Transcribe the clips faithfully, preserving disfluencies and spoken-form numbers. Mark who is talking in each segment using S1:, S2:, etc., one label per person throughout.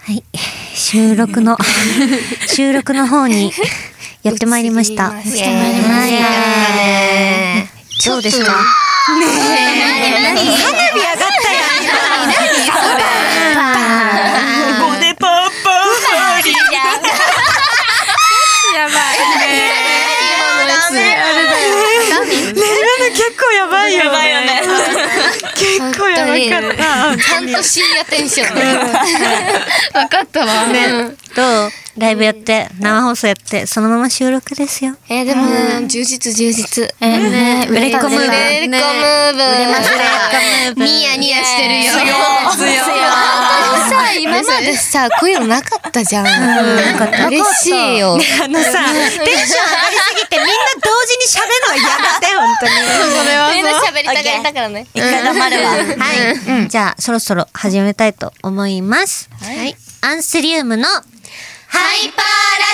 S1: はい、収録の収録の方にやってまいりました。
S2: やってまいりましたね。
S1: どうですか？ねえ、何？花火上がったやん。何それ？
S3: ゴデパーパーパーリー。
S2: やばいね。
S1: 結構やばいよね。結構やばかった。
S2: ちゃんと深夜テンションね。分かったわ。
S1: ね、どう？ライブやって生放送やってそのまま収録ですよ。
S2: えー、でも充実充実。
S1: えー、ね、売れっ子ムーブ。売
S2: れっ子ムーブ。売れました。ニヤニヤしてるよ。強い。さ今までさこういうのなかったじゃん。嬉しいよ。
S1: あのさテンション上がりすぎてみんな同時に喋るのやめて本当に。
S2: それはみんな喋りたがりだからね。
S3: 一回黙るわ。
S1: はい。じゃあそろそろ始めたいと思います。はい。アンスリウムのハイパ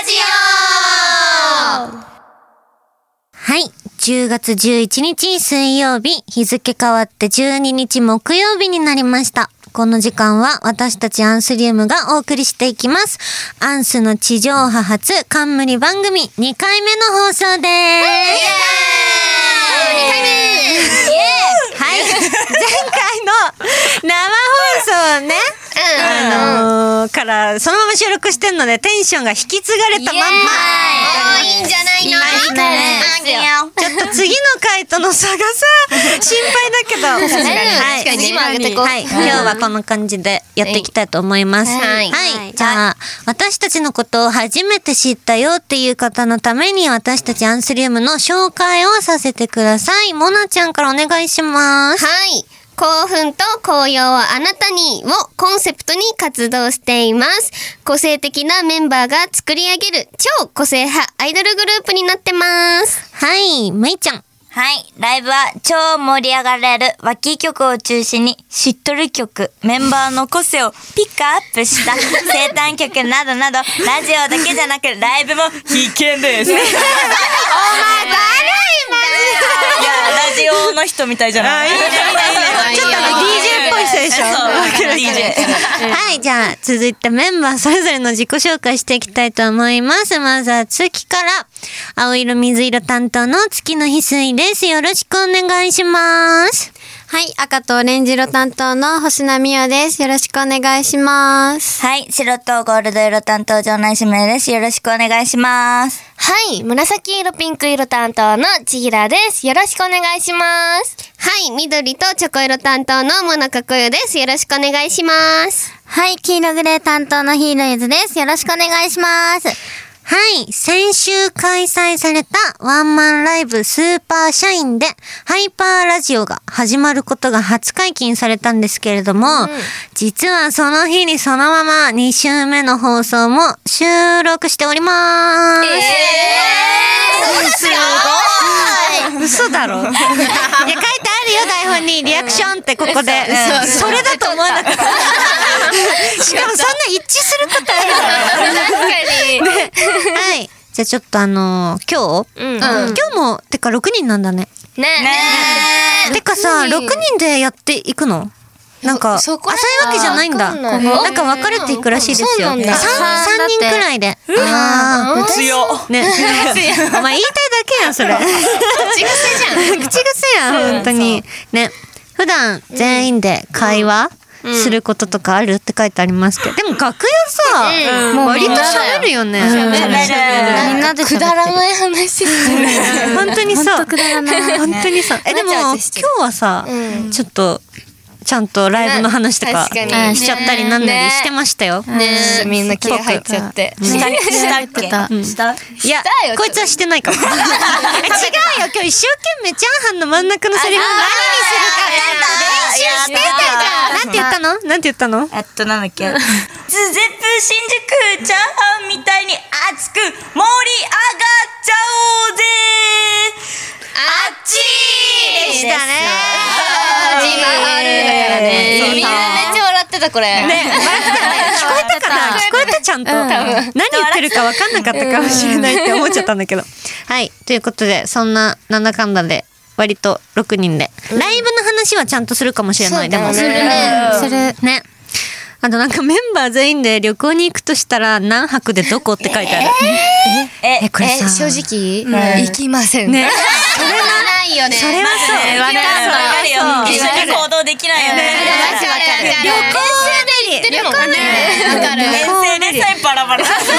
S1: ーラジオ。はい、じゅうがつじゅういちにち水曜日、日付変わってじゅうににち木曜日になりました。この時間は私たちアンスリウムがお送りしていきます。アンスの地上波初冠番組にかいめの放送です。イエーイ！にかいめ！はい、前回の生放送ね。あのー、からそのまま収録してんのでテンションが引き継がれたまんま。
S2: おー、いいんじゃないの？
S1: ちょっと次の回との差がさ心配だけど。確かに。はい。
S2: 確かに今上げてこう。
S1: はい。今日はこんな感じでやっていきたいと思います。はい。はい。じゃあ私たちのことを初めて知ったよっていう方のために私たちアンスリウムの紹介をさせてください。モナちゃんからお願いします。
S2: はい。興奮と高揚をあなたにをコンセプトに活動しています。個性的なメンバーが作り上げる超個性派アイドルグループになってます。
S1: はい、むいちゃん。
S3: はい。ライブは超盛り上がれる脇曲を中心にしっとり曲、メンバーの個性をピックアップした生誕曲などなど、ラジオだけじゃなくライブも必見です。お前誰いや、ラジオの人みたいじゃない？いいねいいねいいね。
S1: ちょっとあの ディージェー っぽい人でしょ。
S3: ディージェー。
S1: はい、じゃあ続いてメンバーそれぞれの自己紹介していきたいと思います。まずは月から青色水色担当の月の翡翠です。よろしくお願いします。
S4: はい、赤とオレンジ色担当の星名美代です。よろしくお願いします。
S3: はい、白とゴールド色担当城内しめです。よろしくお願いします。
S2: はい、紫色ピンク色担当の千尋です。よろしくお願いします。はい、緑とチョコ色担当のモナカコヨです。よろしくお願いします。
S4: はい、黄色グレー担当のヒーローズです。よろしくお願いします。
S1: はい。先週開催されたワンマンライブスーパーシャインでハイパーラジオが始まることが初解禁されたんですけれども、うん、実はその日にそのままに週目の放送も収録しておりまーす。えー、すごい嘘だろいや、書いてあるよ台本にリアクションってここで。それだと思わなかったしかもそんな一致することある
S2: 確かに、
S1: ね、はい。じゃあちょっとあのー、今日、うんうん、今日もてかろくにんなんだね。
S2: ねえ。
S1: てかさろくにんでやっていくの？なんか浅いわけじゃないんだ。なんか分かれていくらしいですよ。三三人くらいで。
S3: ああ、強
S1: ね。お前言いたいだけやんそれ。
S2: 口癖じゃん。
S1: 口癖やん本当にね。普段全員で会話することとかあるって書いてありますけど、でも楽屋さ、もう割と喋るよね。
S4: みんなで
S2: くだらない話する。
S1: 本当にそう。
S4: 本当くだらない。
S1: 本当にそう。えでも今日はさ、ちょっとちゃんとライブの話とかしちゃったりなんなりしてましたよ。
S2: ね、みんな気合入っちゃって。
S3: したしたっけ？した？
S1: いや、こいつはしてないかも。違うよ、今日一生懸命チャーハンの真ん中のセリフを何にするか練習してたじゃん。なんて言ったの？なんて言ったの？
S3: えっとなんだっけ？ズゼップ新宿チャーハンみたいに熱く盛り上がっちゃおうぜ。あっちーでしたね。
S2: みんなめっちゃ笑ってたこれ。
S1: ね、聞こえたかな？聞こえたちゃんと。何言ってるか分かんなかったかもしれないって思っちゃったんだけど。はい、ということでそんななんだかんだで割とろくにんでライブの話はちゃんとするかもしれない。でも
S4: するね。する
S1: ね。 あとなんかメンバー全員で旅行に行くとしたら何泊でどこって書いてある。
S3: え
S1: えこれさ
S2: 正直行きません
S1: ね。
S2: それはないよね。
S1: それはそう。
S3: わかるわかるよ。一緒に行動できないよね。
S2: わかるわかる。旅行で行ってるもんね。わかる。
S3: 遠征でさえバラバラ。本当に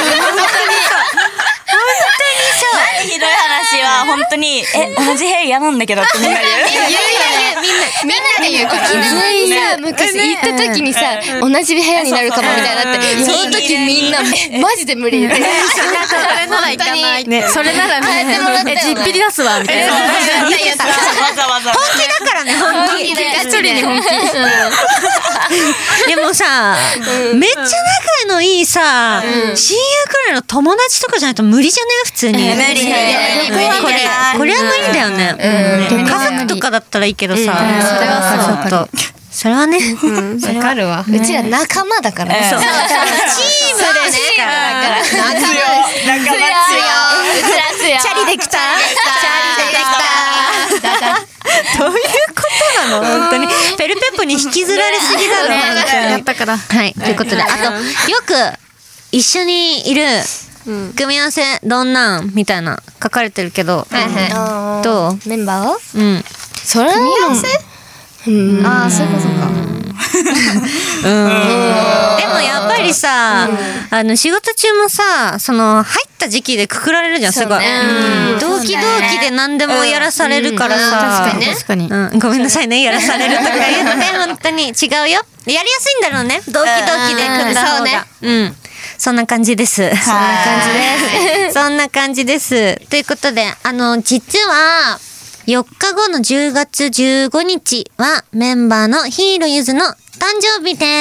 S3: そう。何ひどい話は本当にえ同じ部屋嫌なんだけどってみんなで言う。
S2: 言う言うみんなみんなで言うから。全員さ昔行った時にさ同じ部屋になるかもみたいになってその時みんなマジで無理。
S4: それなら行かない。ね、それならね、え、じっぴり出すわみたいな。
S3: わざわざ。
S1: 本気だからね本気。
S4: 一人に本気。
S1: でもさ、めっちゃ仲のいいさ、親友くらいの友達とかじゃないと無理じゃね普通に。
S3: 無理無理。
S1: これこれは無理だよね。家族とかだったらいいけどさ、それはちょっとそれはね。
S2: わかるわ。うちら仲間だから。そう。チームですから。仲間強い。仲間強い。うちら強い。チャリできた。チャリできた。
S1: どういうことなの本当に。ペルペップに引きずられすぎだろ。
S4: やったから。
S1: はいということで、あとよく一緒にいる組み合わせどんなんみたいな書かれてるけど、どう？
S2: メンバーを？
S1: うん。
S2: それ組み合わせ？ああそういうことか。
S1: でもやっぱりさ、あの仕事中もさ、その入った時期でくくられるじゃんすごい。同期同期で何でもやらされるからさ。
S4: 確かに。
S1: うん、ごめんなさいねやらされるとか言って本当に違うよ。やりやすいんだろうね。同期同期で組んだ方が。うん。そんな感じです。そんな感じです。そんな感じです。ということで、あの実はよっかごのじゅうがつじゅうごにちはメンバーのヒーローゆずの誕生日でーす。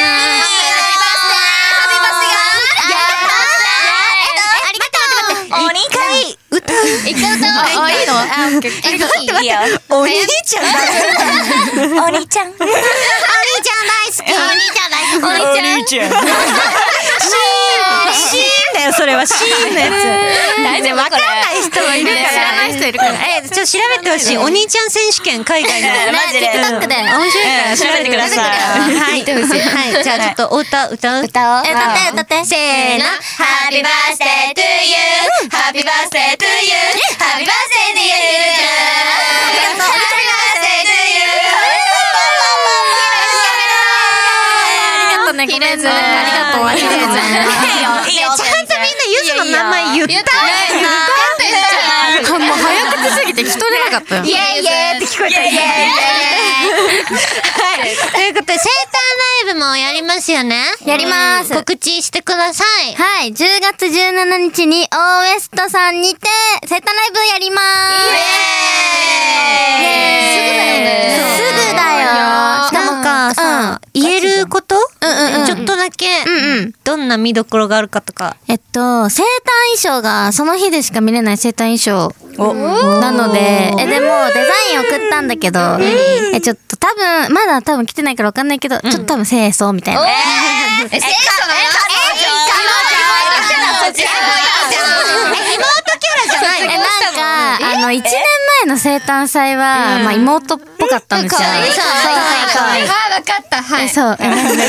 S3: お兄ちゃん
S1: 歌う。
S2: 一回歌おう。
S4: あ、いいの？
S3: いいよ。
S1: お兄ちゃん大好き。
S3: お兄ちゃん。
S1: お兄ちゃん大好き。お兄ちゃん大好き。お兄ちゃん。シーンだよそれはシーンのやつ。大丈夫。わかんない人もいるから。知らない人いるから。え、ちょっと調べてほしい。お兄ちゃん選手権海外の。
S3: マジで。
S1: TikTok で。面白いから
S3: 調べてください。
S1: はい。はい。じゃあちょっとお歌歌う。
S2: 歌おう。
S1: え、歌って歌って。せーの。Happy birthday to you。Happy birthday to you。Happy birthday to you。Happy birthday to you。
S4: ね、ごめんね。ありがとう。ありがとう。
S3: いいよ、いいよ。
S1: ちゃんとみんなゆずの名前言った。
S2: 言った
S4: もう早口すぎて聞き取れなかったよ。
S1: イエイイエイって聞こえた。イエイイエイ。はい。ということで、生誕ライブもやりますよね。
S4: やります。
S1: 告知してください。
S4: はい。じゅうがつじゅうしちにちにオーウエストさんにて生誕ライブやりまーす。イエーイ。すぐだよ。
S1: なんかさ、言えること？ちょっとだけどんな見どころがあるかとか。
S4: えっと生誕衣装がその日でしか見れない生誕衣装なので、えでもデザイン送ったんだけど、えちょっと多分まだ多分来てないからわかんないけど、ちょっと多分清掃みたいな。
S2: え、清掃なの？
S4: えなんかあのいちねんまえの生誕祭はまあ妹っぽかったんですよ。
S2: かわいい。はい、わかった。はい。
S4: そう。
S2: 怖い怖い。何何何？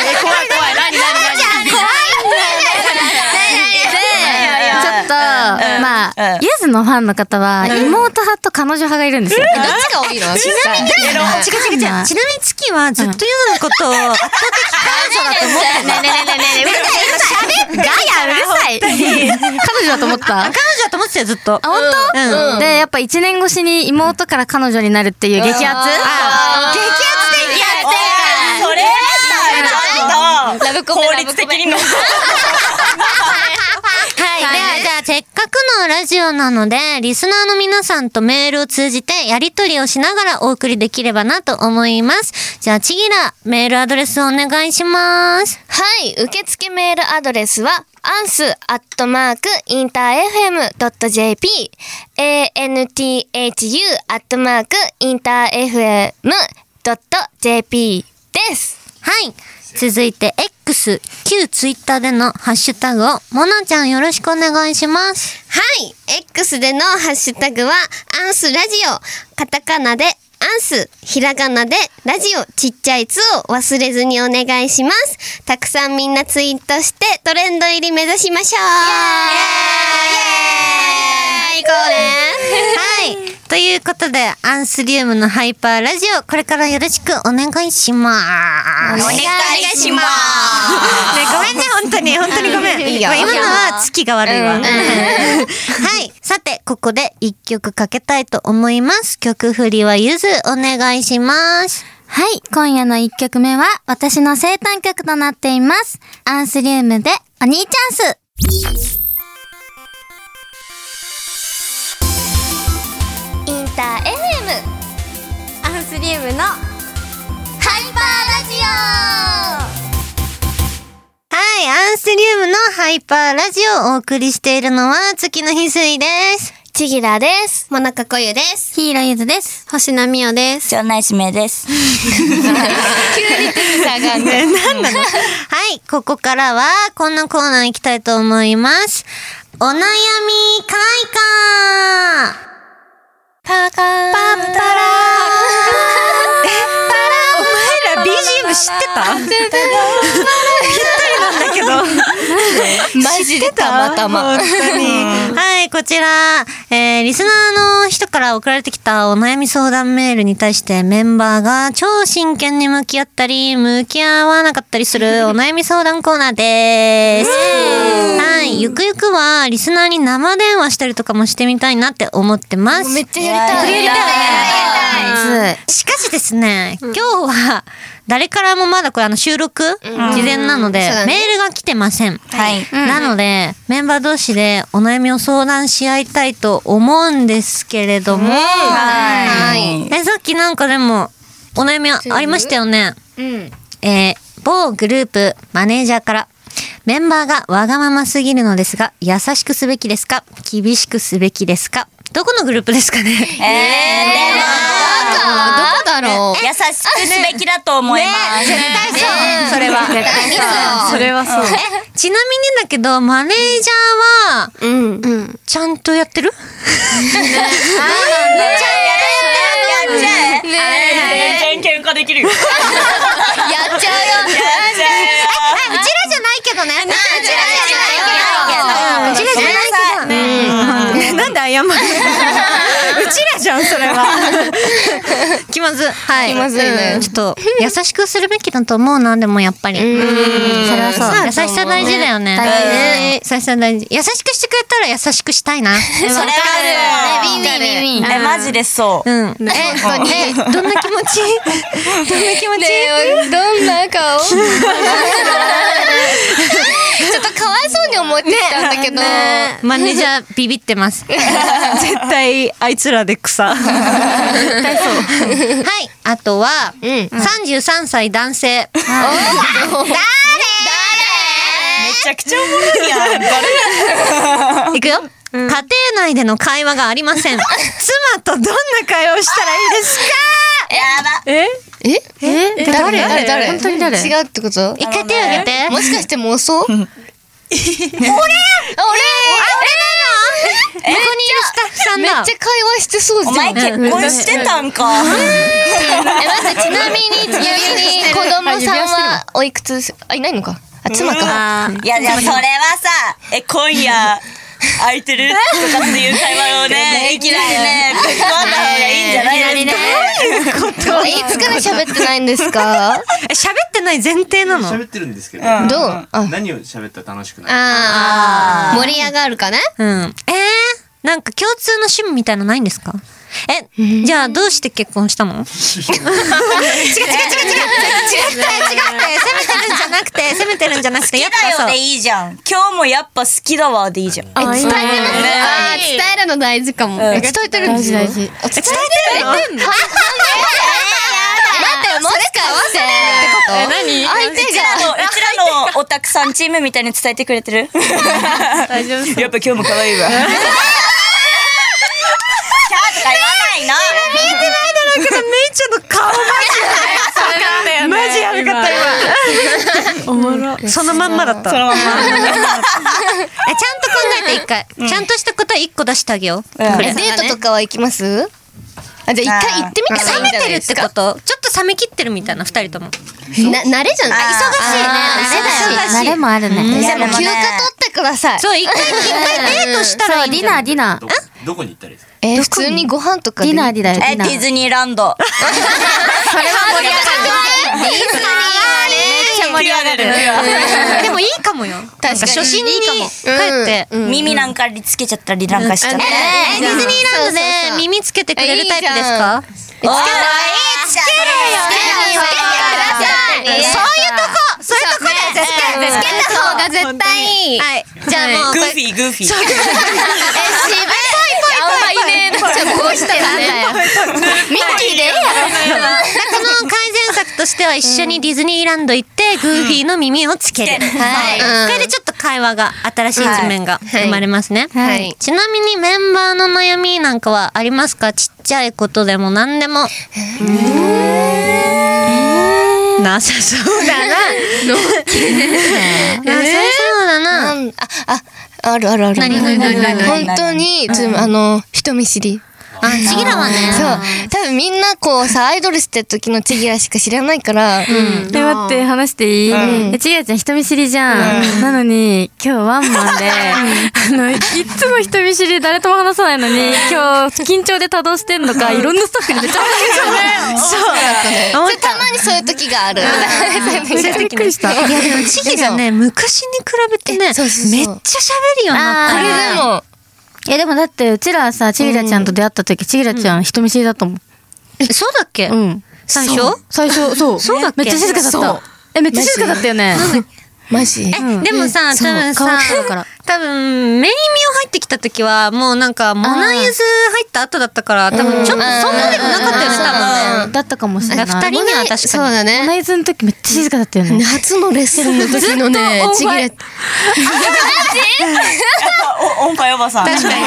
S4: ちょっとまあゆずのファンの方は妹派と彼女派がいるんですよ。
S2: どっちが多いの？
S1: ちなみに違う違う違う。ちなみに月はずっとゆずのことを圧倒的彼女だと思ってる。ねえねえねえねえねえ。
S4: ガヤうるさい。彼女だと思った？
S1: 彼女だと思ってたよずっと。
S4: あ本当？うん。でやっぱ一年越しに妹から彼女になるっていう激アツ。激アツ的やつ。
S3: それはさ、ちょっと効率的にの。
S1: はい。では、じゃあ、せっかくのラジオなので、リスナーの皆さんとメールを通じてやり取りをしながらお送りできればなと思います。じゃあ、ちぎら、メールアドレスをお願いします。
S2: はい。受付メールアドレスは、アンスアットマークインターエフエムドットジェーピー、エーエヌティーエイチユーアットマークインターエフエムドットジェーピーです。
S1: はい。続いて X、旧ツイッターでのハッシュタグをもなちゃんよろしくお願いします。
S2: はい。X でのハッシュタグは、アンスラジオ。カタカナで、
S5: アンス、ひらがなでラジオちっちゃいつを忘れずにお願いします。たくさんみんなツイートしてトレンド入り目指しましょう。イエーイ、イエーイ、行こうね。
S1: はい。ということで、アンスリウムのハイパーラジオ、これからよろしくお願いします。
S3: お願いします。
S1: ね、ごめんね、本当に、本当にごめん。
S5: いいよ
S1: まあ今のは月が悪いわ。
S5: うん
S1: はい。さて、ここで一曲かけたいと思います。曲振りはゆず、お願いします。
S4: はい、今夜の一曲目は私の生誕曲となっています。アンスリウムでお兄チャンス。
S2: インター エフエム
S5: アンスリウムの
S2: ハイパーラジ
S1: はい、アンスリウムのハイパーラジオをお送りしているのは月の翡翠です。
S2: オちぎらです。
S5: もなかこゆです。
S4: ヒーローゆずです。
S5: 星名美代です。
S3: 町内指名です。
S2: 急にテンション上がんね。
S1: なんなのはい、ここからはこんなコーナー行きたいと思います。お悩み開花
S2: パーカー。パッパラー。
S1: お前ら ビージーエム 知ってた？ぴったりなんだけど。
S2: マジでたまたま。
S1: 本当に。はい、こちら、えー、リスナーの人から送られてきたお悩み相談メールに対してメンバーが超真剣に向き合ったり、向き合わなかったりするお悩み相談コーナーです。はい、ゆくゆくはリスナーに生電話したりとかもしてみたいなって思ってます。
S2: めっちゃやりたい。
S3: やりたい
S1: はいしかしですね、今日は誰からもまだこれあの収録、事前なので、
S5: そうだね
S1: メールが来てません。
S3: はい。
S1: なので、メンバー同士でお悩みを相談し合いたいと思うんですけれども、
S3: はい。
S1: え、さっきなんかでもお悩みありましたよね。
S5: うん。
S1: えー某グループマネージャーから、メンバーがわがまますぎるのですが、優しくすべきですか？厳しくすべきですか？どこのグループですかね？
S3: えー、でも、
S5: どこだろう。
S3: 優しくすべきだと思います。
S1: 絶対そう。それは。絶対そう。それはそう。え、ちなみにだけど、マネージャーは、
S5: うん。うん。
S1: ちゃんとやってる？
S3: やっちゃえ。全然喧嘩できるよ。やっ
S2: やっちゃうよ。
S3: ちゃ
S1: うちらじゃないけどね。うちらじ
S3: ゃないけど。
S1: うちらじゃないけど。なんで謝る？うちらじゃん、それは。気まず。はい。
S5: 気まずいね
S1: ちょっと、優しくするべきだと思うな、でもやっぱり。それはそう。優しさ大事だよね。
S4: 大
S1: 優しさ大事。優しくしてくれたら優しくしたいな。
S3: それは
S4: ビンビンビンビン。
S3: え、マジでそう。
S1: うん。え、え、どんな気持ち？どんな気持ち？
S2: どんな顔？ちょっとかわいそうに思ってきたんだけど。
S1: マネージャービビってます。絶対あいつらで草。絶対そう。はい。あとは、さんじゅうさんさい男性。誰？
S3: めちゃくちゃおもろいやん。誰？
S1: いくよ。家庭内での会話がありません。妻とどんな会話をしたらいいですか？
S3: やば。
S1: え？
S5: え？
S1: え
S5: 誰？誰？誰？
S4: 本当に誰？
S5: 違うってこと？
S1: 一回手を挙げて。
S5: もしかして妄想？俺？俺？
S1: ここにいるスタッフさん
S5: めっちゃ
S1: だ。
S5: 会話してそうじゃん。
S3: お前結婚してたんか。
S2: え、待って、ちなみに、ちなみに、子供さんはおいくつ？あ、いないのか。あ、妻か。
S3: いや、いや、それはさ、え、今夜、空いてるとかっていう会話をね、いきなりね、ぶっ込んだ方がいいんじゃないですか。
S2: いつから喋ってないんですか？
S1: え、喋ってない前提なの？
S6: 喋ってるんですけど、
S2: どう？あ、
S6: 何を喋ったら楽しくない？
S5: あー、盛り上がるかね？
S1: うん。えー、なんか共通の趣味みたいなのないんですか？え、じゃあどうして結婚したの？違う違う違う違う違った違った責めてるんじゃなくて責めてるんじゃなくてやっぱそう
S3: 好きだよでいいじゃん。今日もやっぱ好きだわでいいじゃん。
S5: え、伝えてます。あー、伝えるの大事かも。伝えてるんですよ。
S4: 大事大事。
S1: 伝えてるの？
S2: 待って、もしかして
S1: え、何？
S2: 相手
S3: うちらの、うちらのオタクさんチームみたいに伝えてくれてる？
S1: 大丈夫？
S3: やっぱ今日も可愛いわ。キャーとか言わないの。
S1: 見えてないだろうけどめいちゃんの顔マジやばかった今。おもろ。そのまんまだった。そのまんま。え、ちゃんと考えて一回。ちゃんとした答え一個出してあげよう。
S2: え、デートとかは行きます？ あ、じゃあ一回行ってみたらいいんじゃないですか。
S1: 冷めてるってことちょっと冷めきってるみたいなふたりとも
S5: な慣れじゃない。忙しいね。
S4: 慣れもあるね。
S2: じゃあもう休暇取ってください。
S1: そう一回一回デートしたらいいん
S4: ディ
S1: じゃない
S4: ナーディナー。
S6: どどこに行ったらいいですか？
S2: えー、普通にご飯とかで
S4: ディナーディナーデ
S3: え
S4: ィナー。
S3: ディズニーランド。
S2: それは盛り上がる。ディズニーはね、めっちゃ盛り上がる。
S1: でもいいかもよ。確か初心に帰って
S3: 耳なんかにつけちゃったりなんかしちゃって。
S1: えディズニーランドで耳つけてくれるタイプですか？
S3: おーい
S1: つけるよそういうとこそういうとこでつけ
S5: つけた方が絶対いい。
S1: はいじゃあもう
S3: グーフィーグーフィー。
S2: あんまいねえな。ちょっとこうしたらね。ミッキーで。
S1: この改善策としては一緒にディズニーランド行ってグーフィーの耳をつける、はい、これでちょっと会話が新しい一面が生まれますね、
S5: はいはい
S1: ちなみにメンバーの悩みなんかはありますか？ちっちゃいことでも何でもなさそうだななさそうだな、
S2: うんあ、あ、あるあるある。
S1: 何何何何
S2: 本当に、つあの、人見知り。
S1: あちぎらはね
S2: そう。多分みんなこうさ、アイドルしてる時のちぎらしか知らないから。
S4: え、待って話していい？え、ちぎらちゃん人見知りじゃん。なのに今日ワンマンであのいつも人見知り誰とも話さないのに今日緊張で多動してんのかいろんなスタッフにめっちゃ話してるね。
S2: そうたまにそういう時がある。
S4: びっくりした。
S1: いやでもちぎらね昔に比べてねめっちゃ喋るようになった
S2: これでも。
S4: えでもだってうちらさちぎらちゃんと出会った時ちぎらちゃん人見知りだったもん。
S1: えそうだっけ？
S4: うん
S1: 最初？
S4: 最初そう
S1: そうだっけ？
S4: めっちゃ静かだった。えめっちゃ静かだったよね。
S2: マジ？
S1: えでもさ多分さ多分メイミオ入ってきた時はもうなんかモナユズ入った後だったから多分ちょっとそんなでもなかったよね多分ね。
S4: だったかもしれない。
S1: 二人には確かに
S5: そうだね。
S4: モナイズの時めっちゃ静かだったよね。
S5: 初のレッスンの時のねちぎれ
S3: お音波おばさん。確かに。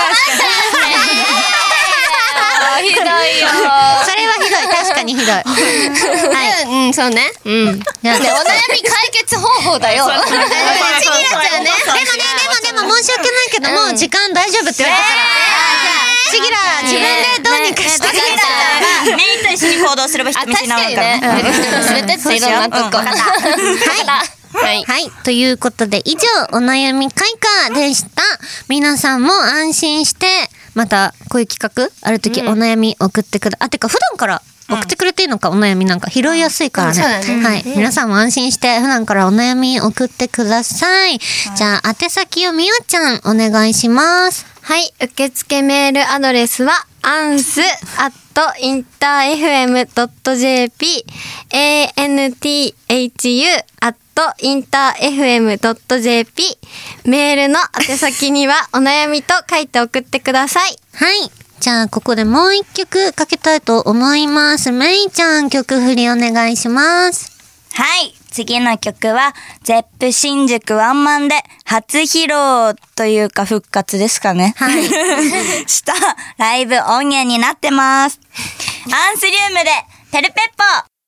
S2: ひどいよ。
S1: それはひどい確かにひどい。
S5: はいうんそうねうん
S1: いや
S2: ねお悩み解決方法だよ。
S1: ちぎらちゃんね。でもねでもでも申し訳ないけども時間大丈夫って言われたからちぎら自分でどうにかしてくれたら
S3: メイと一緒に行動すれば人見知りなのか
S2: ね。
S3: な。
S2: 連れてっていろんなとこ。
S1: はい、はい、ということで以上お悩み開花でした。皆さんも安心してまたこういう企画ある時お悩み送ってくだ、あてか普段から送ってくれていいのか、お悩みなんか拾いやすいからね、
S5: そうだね
S1: はい、皆さんも安心して普段からお悩み送ってください。じゃあ宛先をみおちゃんお願いします。
S5: はい受付メールアドレスはアンスアットインターエフエムドットジェーピー エーエヌティーエイチユー アットインターエフエムドットジェーピーメールの宛先にはお悩みと書いて送ってください。
S1: はい、じゃあここでもう一曲かけたいと思います。めいちゃん曲振りお願いします。
S3: はい。次の曲は、ゼップ新宿ワンマンで初披露というか復活ですかね。
S1: はい。
S3: したライブ音源になってます。アンスリウムでテルペッポ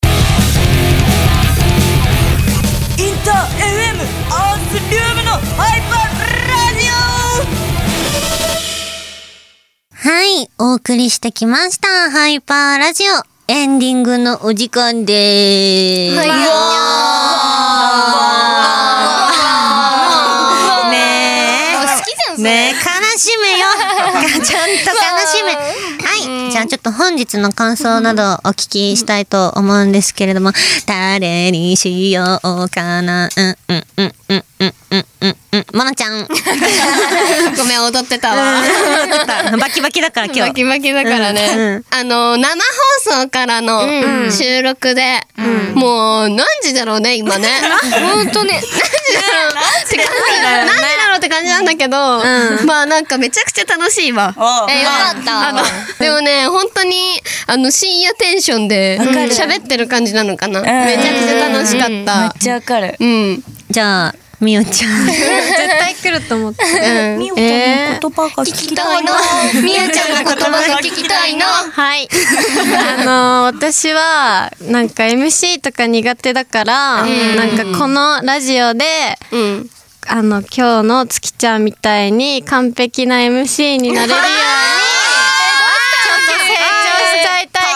S3: インター エフエム アンスリウムのハイパーラジオ。
S1: はい、お送りしてきましたハイパーラジオエンディングのお時間でーす。はいよー。ね
S2: 好きじゃん
S1: え、ねえ、悲しめよ。ちゃんと悲しめ。はい、じゃあちょっと本日の感想などお聞きしたいと思うんですけれども、誰にしようかな、うんうんうんうんうんうんうんうんものちゃん。
S5: ごめん踊ってたわ。
S1: バキバキだから今日。
S5: バキバキだからね、
S1: うんうん
S5: あの生放送からの収録で、もう何時だろうね今ね本当に何時だろうって感じ何時だろうって感じなんだけど、まあなんかめちゃくちゃ楽しいわ。
S3: おう
S2: えよかった。
S5: あのでもね本当にあの深夜テンションで喋ってる感じなのかな、めちゃくちゃ楽しかった。
S3: めっちゃわかる。
S5: うん
S1: じゃあみおちゃん。
S5: 絶対来ると思って。
S3: みおちゃんの言葉が聞きたいな。
S2: みやちゃんの言葉が聞きたいな。
S5: はい。あの私はなんか エムシー とか苦手だから、なんかこのラジオで、あの今日の月ちゃんみたいに完璧な エムシー になれるように。ちょっと成長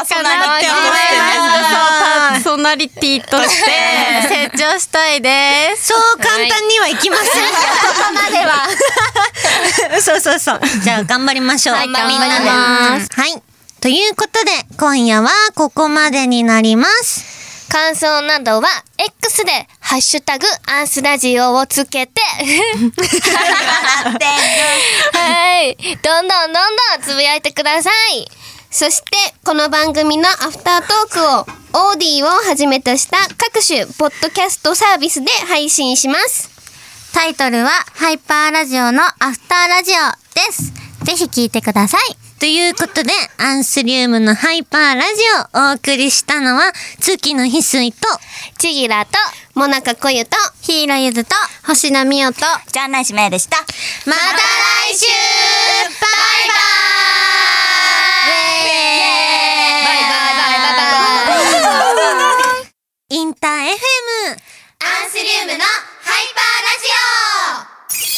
S5: かなって思ってパーソナリティとして成長したいです。
S1: そう簡単にはいきません。ここまでは。そうそうそう。じゃあ頑張りましょう。
S5: はい、頑張り
S1: みんなで。
S5: ます。
S1: はい。ということで今夜はここまでになります。
S2: 感想などは X でハッシュタグアンスラジオをつけてはいどんどんどんどんつぶやいてください。そしてこの番組のアフタートークをオーディをはじめとした各種ポッドキャストサービスで配信します。
S4: タイトルはハイパーラジオのアフターラジオです。ぜひ聞いてください。
S1: ということでアンスリウムのハイパーラジオをお送りしたのは月の翡翠と
S2: ちぎらともなかこゆと
S4: ヒーローゆずと
S5: 星名美桜と
S3: じゃあナイスメイでした。
S1: また来週バイバイインター エフエム
S2: アンスリウムのハイパーラジオ。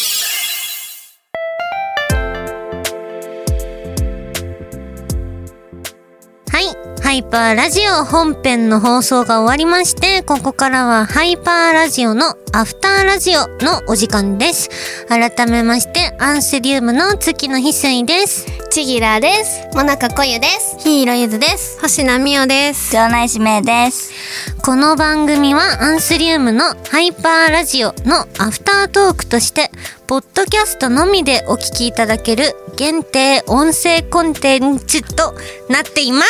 S1: はい、ハイパーラジオ本編の放送が終わりまして、ここからはハイパーラジオのアフターラジオのお時間です。改めましてアンスリウムの月の翡翠です。
S2: ちぎらです。もなかこゆです。
S4: ヒーローゆずです。
S5: 星名美桜です。
S3: じゃあナイスメイです。
S1: この番組はアンスリウムのハイパーラジオのアフタートークとしてポッドキャストのみでお聞きいただける限定音声コンテンツとなっています。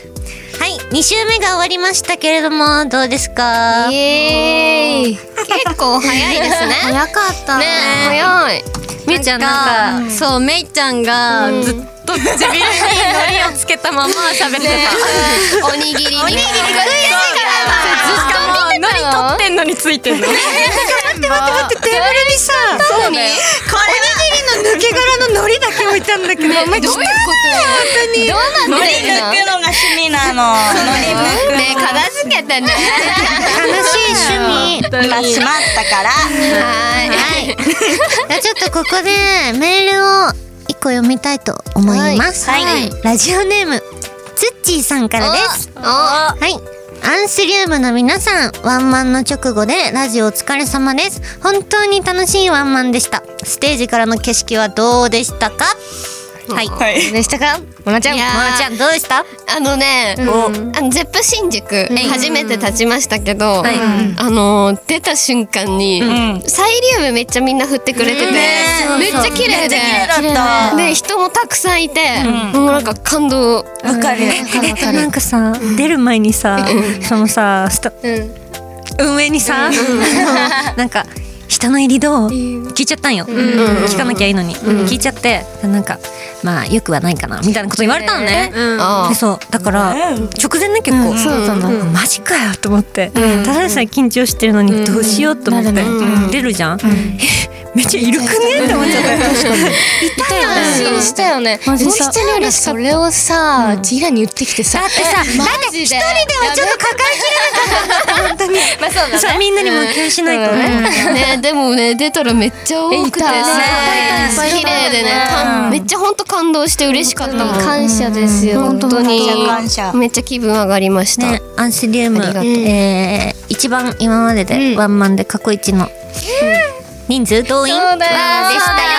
S1: はい、に週目が終わりましたけれどもどうですか？
S2: イエーイ。結構早いですね。
S4: 早かったね。
S2: ね早い。
S1: みゆちゃんなんか
S5: そうめいちゃんがずっと唇に海苔をつけたまま喋ってた。
S2: おにぎりに。おにぎり
S5: ずっと海苔取ってんのについてんの。
S1: 待って待って待って、テーブルにさ
S2: そうね。
S1: おにぎりの抜け殻の海苔だけ置いたんだけど、お前
S2: どういうこと？本当に。どうなってんの？
S3: 抜くのが趣味なの。
S2: ね片付けてね。
S1: 悲しい趣味。
S3: 今閉まったから。
S2: はい。
S1: はい。じゃあちょっとここでメールを一個読みたいと思います。
S3: はいはい
S1: ラジオネームツッチーさんからです。
S2: お
S1: はい。アンスリウムの皆さん、ワンマンの直後でラジオお疲れ様です。本当に楽しいワンマンでした。ステージからの景色はどうでしたか？はい。
S2: どうでしたか？もなちゃん。
S1: もなちゃんどうでした？
S2: あのね、あのゼップ新宿初めて立ちましたけど、
S1: はい
S2: あの出た瞬間にサイリウムめっちゃみんな振ってくれてて、めっちゃ綺麗で、で人もたくさんいて、もうなんか感動。
S3: わかる。
S1: なんかさ、出る前にさ、そのさ、スタ運営にさ、なんか人の入りどう聞いちゃったんよ。聞かなきゃいいのに聞いちゃって、なんかまあよくはないかなみたいなこと言われたのね。でそうだから直前ね結構そうだったんだ。マジかよと思って、ただでさえ緊張してるのにどうしようと思って出るじゃん。めっちゃいるくねって思っちゃった。確かに
S2: 痛い安心したよね。本当によりそれをさジラに言ってきてさ、だってさマジで一人ではちょっと抱えきれなかった本当に。まあそうだね。
S1: みんなにも共有しないとね。
S2: ねでもね出たらめっちゃ多くてさ綺麗でね、めっちゃ本当感動して嬉しかったもん。感謝ですよ本当に。めっちゃ気分上がりました。
S1: アンスリウムえ一番今まででワンマンで過去一の人数動員でしたよ。みんなあ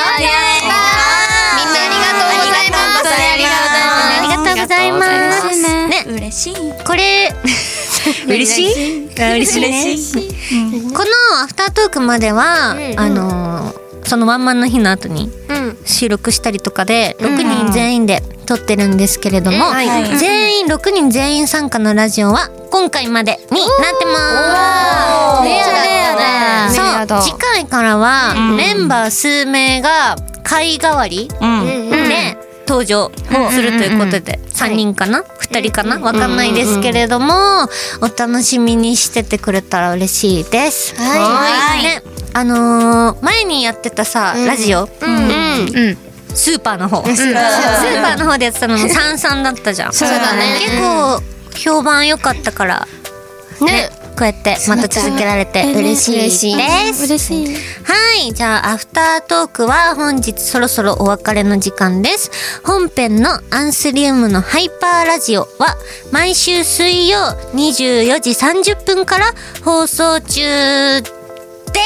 S2: りがとうございます。
S1: ありがとうございますね。
S3: 嬉しい。
S1: これ嬉しい嬉しいね。このアフタートークまではあのそのワンマンの日の後に収録したりとかでろくにん全員で撮ってるんですけれども、全員ろくにん全員参加のラジオは今回までになってます。
S2: レアだね。
S1: そう次回からはメンバー数名が会替わりで登場するということでさんにんかなふたりかなわかんないですけれども、お楽しみにしててくれたら嬉しいです。はいね、あのー、前にやってたさラジオ、スーパーの方スーパーの方でやってたのもさんさんだったじゃん。
S2: そうだね。
S1: 結構評判良かったからねこうやってまた続けられて嬉しいです。
S4: 嬉しい。
S1: はい、じゃあアフタートークは本日そろそろお別れの時間です。本編のアンスリウムのハイパーラジオは毎週水曜にじゅうよじさんじゅっぷんから放送中です。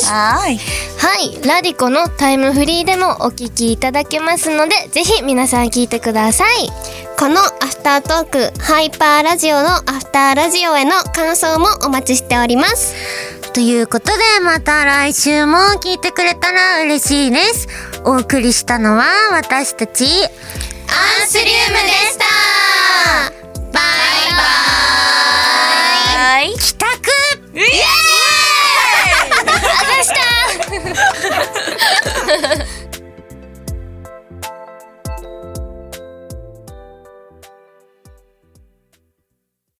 S3: はーい。
S2: はい、ラディコのタイムフリーでもお聞きいただけますので、ぜひ皆さん聞いてください。
S5: このアフタートークハイパーラジオのアフターラジオへの感想もお待ちしております。
S1: ということでまた来週も聞いてくれたら嬉しいです。お送りしたのは私たち
S5: アンスリウムでした。